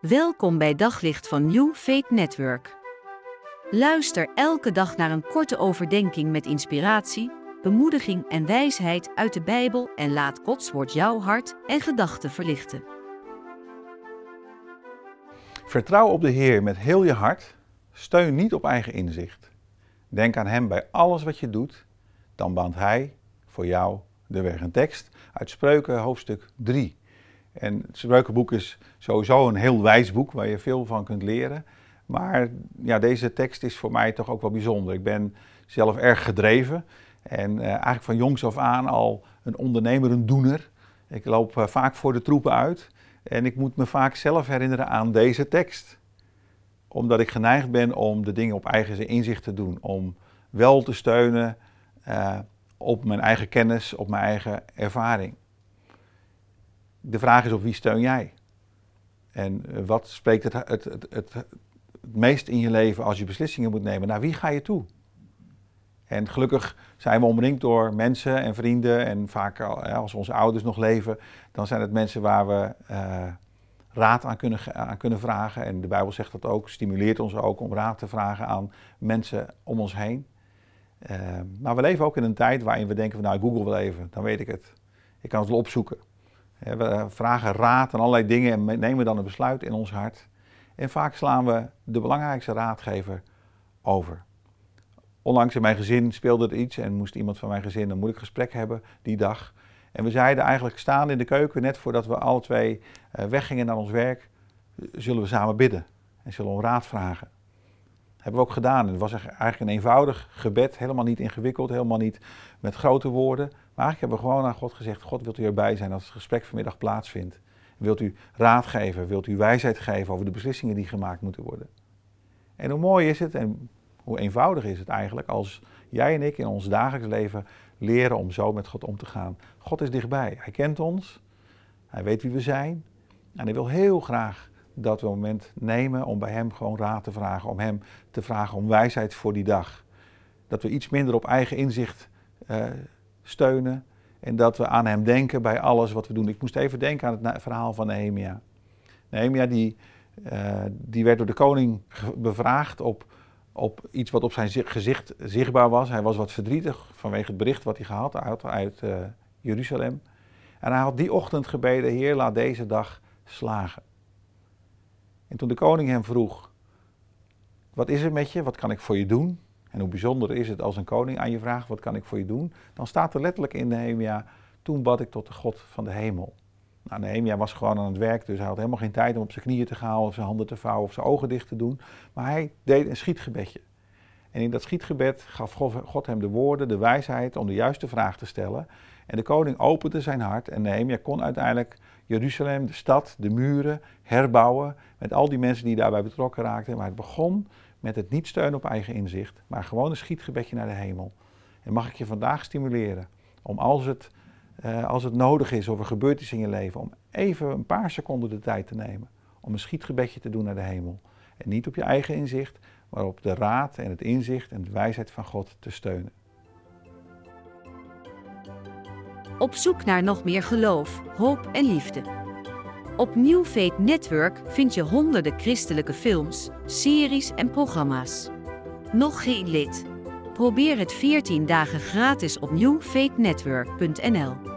Welkom bij Daglicht van New Faith Network. Luister elke dag naar een korte overdenking met inspiratie, bemoediging en wijsheid uit de Bijbel en laat Gods woord jouw hart en gedachten verlichten. Vertrouw op de Heer met heel je hart, steun niet op eigen inzicht. Denk aan Hem bij alles wat je doet, dan baant Hij voor jou de weg. Een tekst uit Spreuken hoofdstuk 3. En het Spreukenboek is sowieso een heel wijs boek waar je veel van kunt leren. Maar ja, deze tekst is voor mij toch ook wel bijzonder. Ik ben zelf erg gedreven en eigenlijk van jongs af aan al een ondernemer, een doener. Ik loop vaak voor de troepen uit en ik moet me vaak zelf herinneren aan deze tekst. Omdat ik geneigd ben om de dingen op eigen inzicht te doen. Om wel te steunen op mijn eigen kennis, op mijn eigen ervaring. De vraag is op wie steun jij? En wat spreekt het meest in je leven als je beslissingen moet nemen? Naar wie ga je toe? En gelukkig zijn we omringd door mensen en vrienden. En vaak als onze ouders nog leven, dan zijn het mensen waar we raad aan kunnen vragen. En de Bijbel zegt dat ook, stimuleert ons ook om raad te vragen aan mensen om ons heen. Maar we leven ook in een tijd waarin we denken van nou, Google wel even, dan weet ik het. Ik kan het wel opzoeken. We vragen raad aan allerlei dingen en nemen dan een besluit in ons hart. En vaak slaan we de belangrijkste raadgever over. Onlangs in mijn gezin speelde er iets en moest iemand van mijn gezin een moeilijk gesprek hebben die dag. En we zeiden eigenlijk staan in de keuken, net voordat we alle twee weggingen naar ons werk, zullen we samen bidden en zullen we om raad vragen. Dat hebben we ook gedaan. Het was eigenlijk een eenvoudig gebed, helemaal niet ingewikkeld, helemaal niet met grote woorden. Maar eigenlijk hebben we gewoon aan God gezegd, God, wilt u erbij zijn als het gesprek vanmiddag plaatsvindt? Wilt u raad geven, wilt u wijsheid geven over de beslissingen die gemaakt moeten worden? En hoe mooi is het en hoe eenvoudig is het eigenlijk als jij en ik in ons dagelijks leven leren om zo met God om te gaan. God is dichtbij, Hij kent ons, Hij weet wie we zijn en Hij wil heel graag dat we een moment nemen om bij Hem gewoon raad te vragen, om Hem te vragen om wijsheid voor die dag. Dat we iets minder op eigen inzicht steunen en dat we aan Hem denken bij alles wat we doen. Ik moest even denken aan het verhaal van Nehemia. Nehemia die werd door de koning bevraagd op iets wat op zijn gezicht zichtbaar was. Hij was wat verdrietig vanwege het bericht wat hij gehad had uit Jeruzalem. En hij had die ochtend gebeden, Heer, laat deze dag slagen. En toen de koning hem vroeg, wat is er met je, wat kan ik voor je doen? En hoe bijzonder is het als een koning aan je vraagt, wat kan ik voor je doen? Dan staat er letterlijk in Nehemia, toen bad ik tot de God van de hemel. Nou, Nehemia was gewoon aan het werk, dus hij had helemaal geen tijd om op zijn knieën te gaan of zijn handen te vouwen of zijn ogen dicht te doen. Maar hij deed een schietgebedje. En in dat schietgebed gaf God hem de woorden, de wijsheid om de juiste vraag te stellen. En de koning opende zijn hart en Nehemia kon uiteindelijk Jeruzalem, de stad, de muren herbouwen met al die mensen die daarbij betrokken raakten. Maar het begon met het niet steunen op eigen inzicht, maar gewoon een schietgebedje naar de hemel. En mag ik je vandaag stimuleren om als het nodig is of er gebeurt iets in je leven, om even een paar seconden de tijd te nemen om een schietgebedje te doen naar de hemel. En niet op je eigen inzicht, maar op de raad en het inzicht en de wijsheid van God te steunen. Op zoek naar nog meer geloof, hoop en liefde. Op New Faith Network vind je honderden christelijke films, series en programma's. Nog geen lid? Probeer het 14 dagen gratis op newfaithnetwork.nl.